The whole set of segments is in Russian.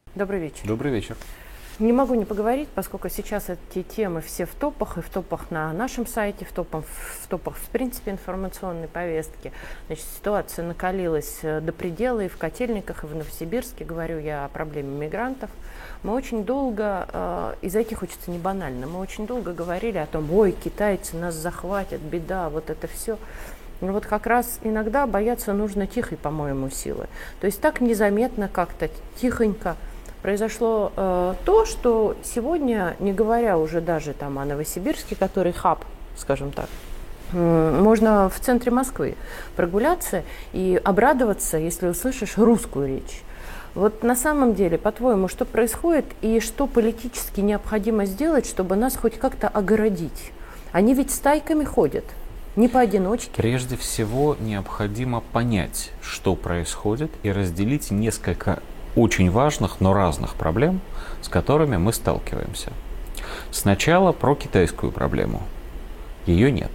Добрый вечер. Добрый вечер. Не могу не поговорить, поскольку сейчас эти темы все в топах, и в топах на нашем сайте, в топах в принципе информационной повестки. Значит, ситуация накалилась до предела и в Котельниках, и в Новосибирске. Говорю я о проблеме мигрантов. Мы очень долго, и зайти хочется не банально, мы очень долго говорили о том, ой, китайцы нас захватят, беда, вот это все. Но вот как раз иногда бояться нужно тихой, по-моему, силы. То есть так незаметно как-то, тихонько произошло то, что сегодня, не говоря уже даже там о Новосибирске, который хаб, скажем так, можно в центре Москвы прогуляться и обрадоваться, если услышишь русскую речь. Вот на самом деле, по-твоему, что происходит и что политически необходимо сделать, чтобы нас хоть как-то огородить? Они ведь стайками ходят, не поодиночке. Прежде всего, необходимо понять, что происходит, и разделить несколько очень важных, но разных проблем, с которыми мы сталкиваемся. Сначала про китайскую проблему. Ее нет.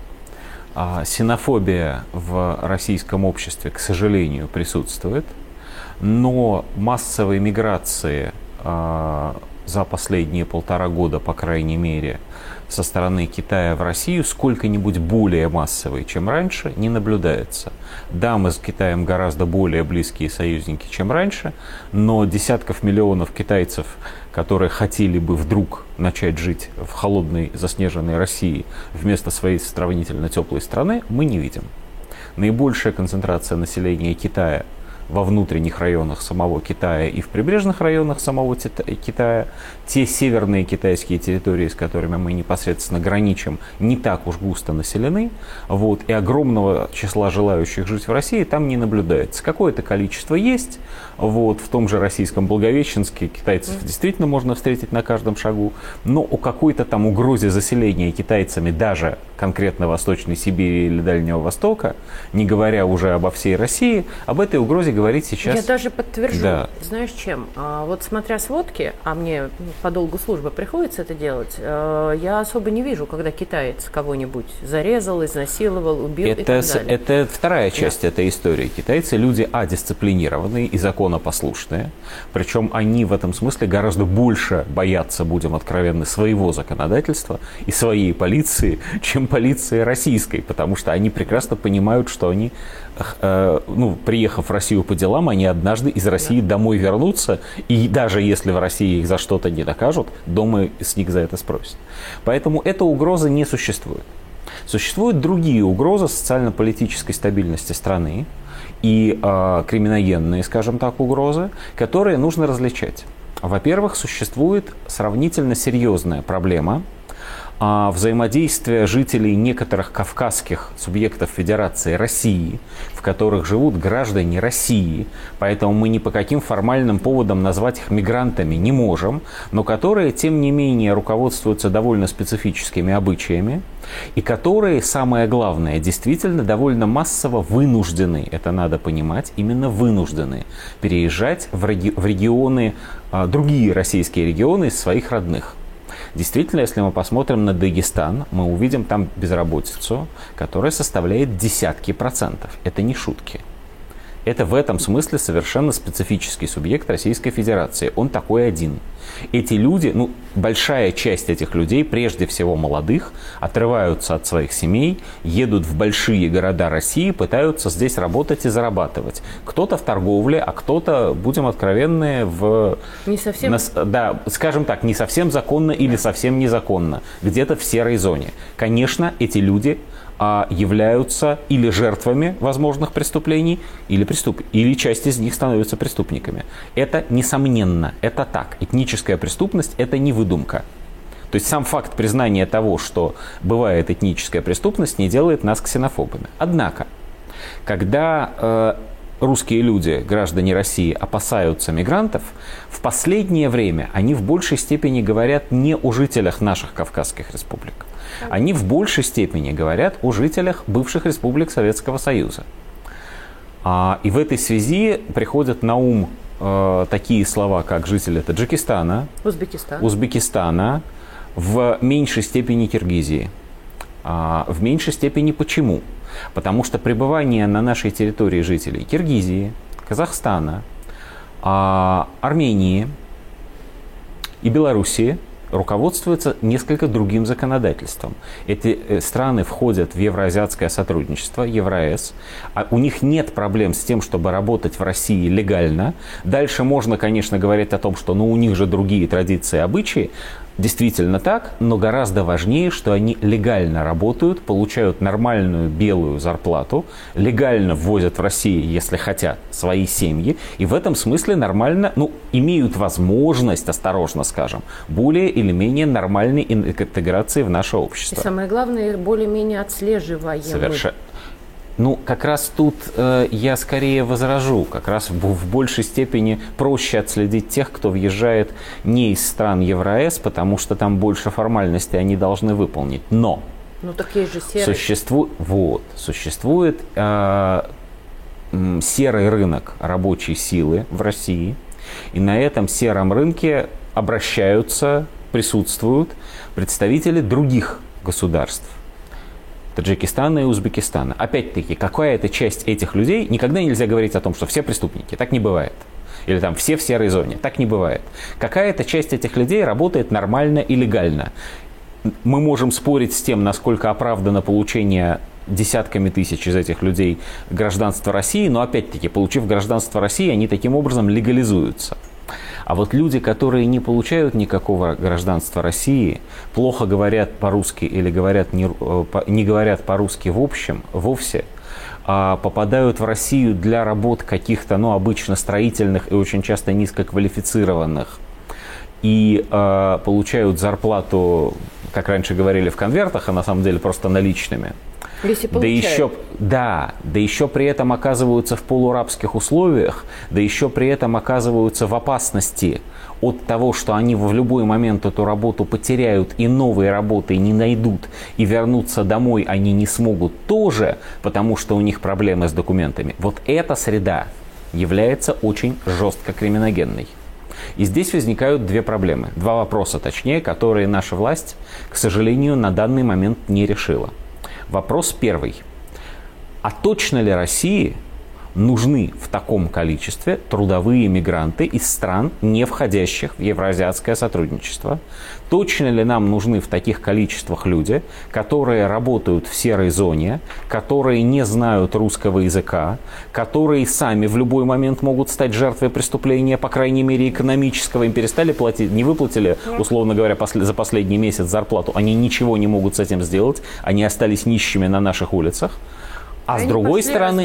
Ксенофобия в российском обществе, к сожалению, присутствует, но массовой миграции за последние 1,5 года, по крайней мере, со стороны Китая в Россию сколько-нибудь более массовой, чем раньше, не наблюдается. Да, мы с Китаем гораздо более близкие союзники, чем раньше, но десятков миллионов китайцев, которые хотели бы вдруг начать жить в холодной заснеженной России вместо своей сравнительно теплой страны, мы не видим. Наибольшая концентрация населения Китая во внутренних районах самого Китая и в прибрежных районах самого Китая. Те северные китайские территории, с которыми мы непосредственно граничим, не так уж густо населены. Вот, и огромного числа желающих жить в России там не наблюдается. Какое-то количество есть. Вот, в том же российском Благовещенске китайцев действительно можно встретить на каждом шагу. Но о какой-то там угрозе заселения китайцами даже конкретно Восточной Сибири или Дальнего Востока, не говоря уже обо всей России, об этой угрозе говорить сейчас... Я даже подтвержу. Да. Знаешь чем? Вот смотря сводки, а мне по долгу службы приходится это делать, я особо не вижу, когда китаец кого-нибудь зарезал, изнасиловал, убил и так далее. Это вторая часть этой истории. Китайцы люди дисциплинированные и законопослушные. Причем они в этом смысле гораздо больше боятся, будем откровенны, своего законодательства и своей полиции, чем полиции российской. Потому что они прекрасно понимают, что они, приехав в Россию по делам, они однажды из России домой вернутся, и даже если в России их за что-то не накажут, дома с них за это спросят. Поэтому эта угроза не существует. Существуют другие угрозы социально-политической стабильности страны и криминогенные, скажем так, угрозы, которые нужно различать. Во-первых, существует сравнительно серьезная проблема взаимодействия жителей некоторых кавказских субъектов Федерации России, в которых живут граждане России, поэтому мы ни по каким формальным поводам назвать их мигрантами не можем, но которые, тем не менее, руководствуются довольно специфическими обычаями, и которые, самое главное, действительно довольно массово вынуждены, это надо понимать, именно вынуждены переезжать в регионы, другие российские регионы из своих родных. Действительно, если мы посмотрим на Дагестан, мы увидим там безработицу, которая составляет десятки процентов. Это не шутки. Это в этом смысле совершенно специфический субъект Российской Федерации. Он такой один. Эти люди, большая часть этих людей, прежде всего молодых, отрываются от своих семей, едут в большие города России, пытаются здесь работать и зарабатывать. Кто-то в торговле, а кто-то, будем откровенны, не совсем... скажем так, не совсем законно или совсем незаконно, где-то в серой зоне. Конечно, эти люди являются или жертвами возможных преступлений, или часть из них становится преступниками. Это несомненно, это так. Этническая преступность – это не выдумка. То есть сам факт признания того, что бывает этническая преступность, не делает нас ксенофобами. Однако, когда русские люди, граждане России, опасаются мигрантов, в последнее время они в большей степени говорят не о жителях наших Кавказских республик. Они в большей степени говорят о жителях бывших республик Советского Союза. И в этой связи приходят на ум такие слова, как жители Таджикистана, Узбекистана, в меньшей степени Киргизии. В меньшей степени почему? Потому что пребывание на нашей территории жителей Киргизии, Казахстана, Армении и Белоруссии руководствуются несколько другим законодательством. Эти страны входят в евроазиатское сотрудничество, ЕвроАЭС. У них нет проблем с тем, чтобы работать в России легально. Дальше можно, конечно, говорить о том, что у них же другие традиции и обычаи. Действительно так, но гораздо важнее, что они легально работают, получают нормальную белую зарплату, легально ввозят в Россию, если хотят, свои семьи, и в этом смысле нормально, имеют возможность, осторожно скажем, более или менее нормальной интеграции в наше общество. И самое главное, более-менее отслеживаемы. Совершенно. Как раз тут я скорее возражу. Как раз в большей степени проще отследить тех, кто въезжает не из стран ЕвроАЭС, потому что там больше формальностей они должны выполнить. Но так есть же серый. Существует серый рынок рабочей силы в России. И на этом сером рынке присутствуют представители других государств. Таджикистана и Узбекистана. Опять-таки, какая-то часть этих людей, никогда нельзя говорить о том, что все преступники. Так не бывает. Или там все в серой зоне. Так не бывает. Какая-то часть этих людей работает нормально и легально. Мы можем спорить с тем, насколько оправдано получение десятками тысяч из этих людей гражданства России, но опять-таки, получив гражданство России, они таким образом легализуются. А вот люди, которые не получают никакого гражданства России, плохо говорят по-русски или не говорят по-русски вовсе, попадают в Россию для работ каких-то, обычно строительных и очень часто низкоквалифицированных, и получают зарплату, как раньше говорили, в конвертах, а на самом деле просто наличными. Да еще при этом оказываются в полурабских условиях, да еще при этом оказываются в опасности от того, что они в любой момент эту работу потеряют и новые работы не найдут, и вернуться домой они не смогут тоже, потому что у них проблемы с документами. Вот эта среда является очень жестко криминогенной. И здесь возникают два вопроса, которые наша власть, к сожалению, на данный момент не решила. Вопрос первый. А точно ли России нужны в таком количестве трудовые мигранты из стран, не входящих в евроазиатское сотрудничество? Точно ли нам нужны в таких количествах люди, которые работают в серой зоне, которые не знают русского языка, которые сами в любой момент могут стать жертвой преступления, по крайней мере, экономического, им перестали платить, не выплатили, условно говоря, за последний месяц зарплату, они ничего не могут с этим сделать, они остались нищими на наших улицах. С другой стороны,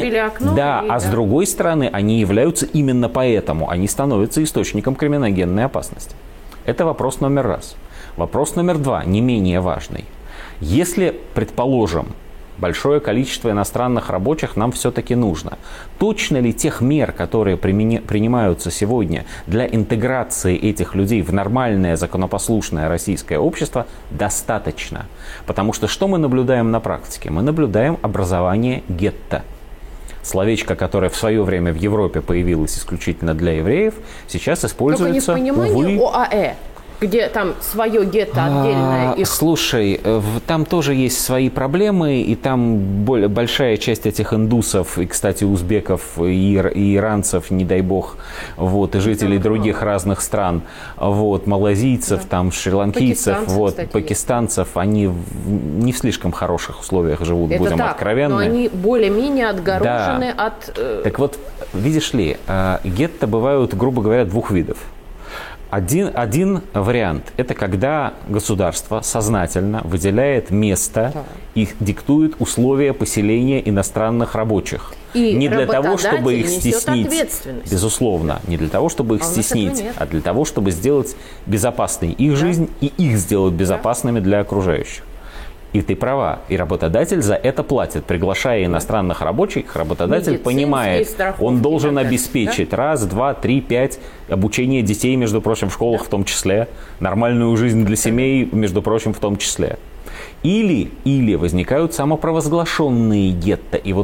с другой стороны, они являются именно поэтому, они становятся источником криминогенной опасности. Это вопрос номер раз. Вопрос номер два, не менее важный. Если, предположим, большое количество иностранных рабочих нам все-таки нужно, точно ли тех мер, которые принимаются сегодня для интеграции этих людей в нормальное законопослушное российское общество, достаточно? Потому что мы наблюдаем на практике? Мы наблюдаем образование гетто. Словечко, которое в свое время в Европе появилось исключительно для евреев, сейчас используется, только не в понимании ОАЭ, где там свое гетто отдельное. Слушай, там тоже есть свои проблемы, и там большая часть этих индусов, и, кстати, узбеков, и иранцев, не дай бог, и жителей других разных стран, малазийцев, там, шри-ланкийцев, пакистанцев, они не в слишком хороших условиях живут, это будем так, откровенны. Но они более-менее отгорожены от... Так вот, видишь ли, гетто бывают, грубо говоря, двух видов. Один вариант – это когда государство сознательно выделяет место и диктует условия поселения иностранных рабочих. И не для того, чтобы их стеснить, безусловно, не для того, чтобы их стеснить, а для того, чтобы сделать безопасной их жизнь и их сделать безопасными для окружающих. И ты права, и работодатель за это платит. Приглашая иностранных рабочих, работодатель понимает, он должен обеспечить 1, 2, 3, 5 обучение детей, между прочим, в школах в том числе, нормальную жизнь для семей, между прочим, в том числе. Или возникают самопровозглашенные гетто, и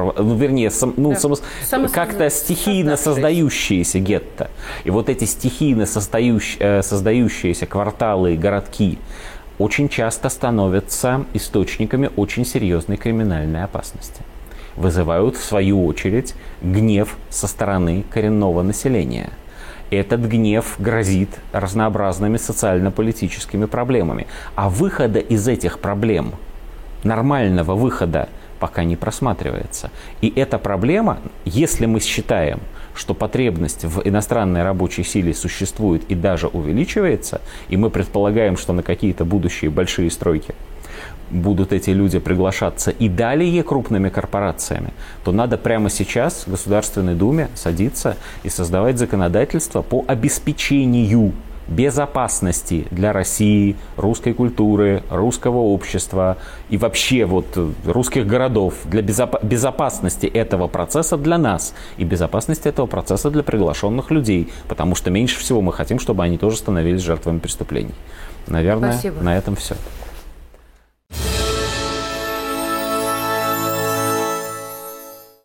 как-то стихийно создающиеся гетто. И вот эти стихийно создающиеся кварталы и городки очень часто становятся источниками очень серьезной криминальной опасности. Вызывают, в свою очередь, гнев со стороны коренного населения. Этот гнев грозит разнообразными социально-политическими проблемами. А выхода из этих проблем, нормального выхода, пока не просматривается. И эта проблема, если мы считаем, что потребность в иностранной рабочей силе существует и даже увеличивается, и мы предполагаем, что на какие-то будущие большие стройки будут эти люди приглашаться и далее крупными корпорациями, то надо прямо сейчас в Государственной Думе садиться и создавать законодательство по обеспечению безопасности для России, русской культуры, русского общества и вообще вот русских городов, для безопасности этого процесса для нас и безопасности этого процесса для приглашенных людей, потому что меньше всего мы хотим, чтобы они тоже становились жертвами преступлений. Наверное, Спасибо. На этом все.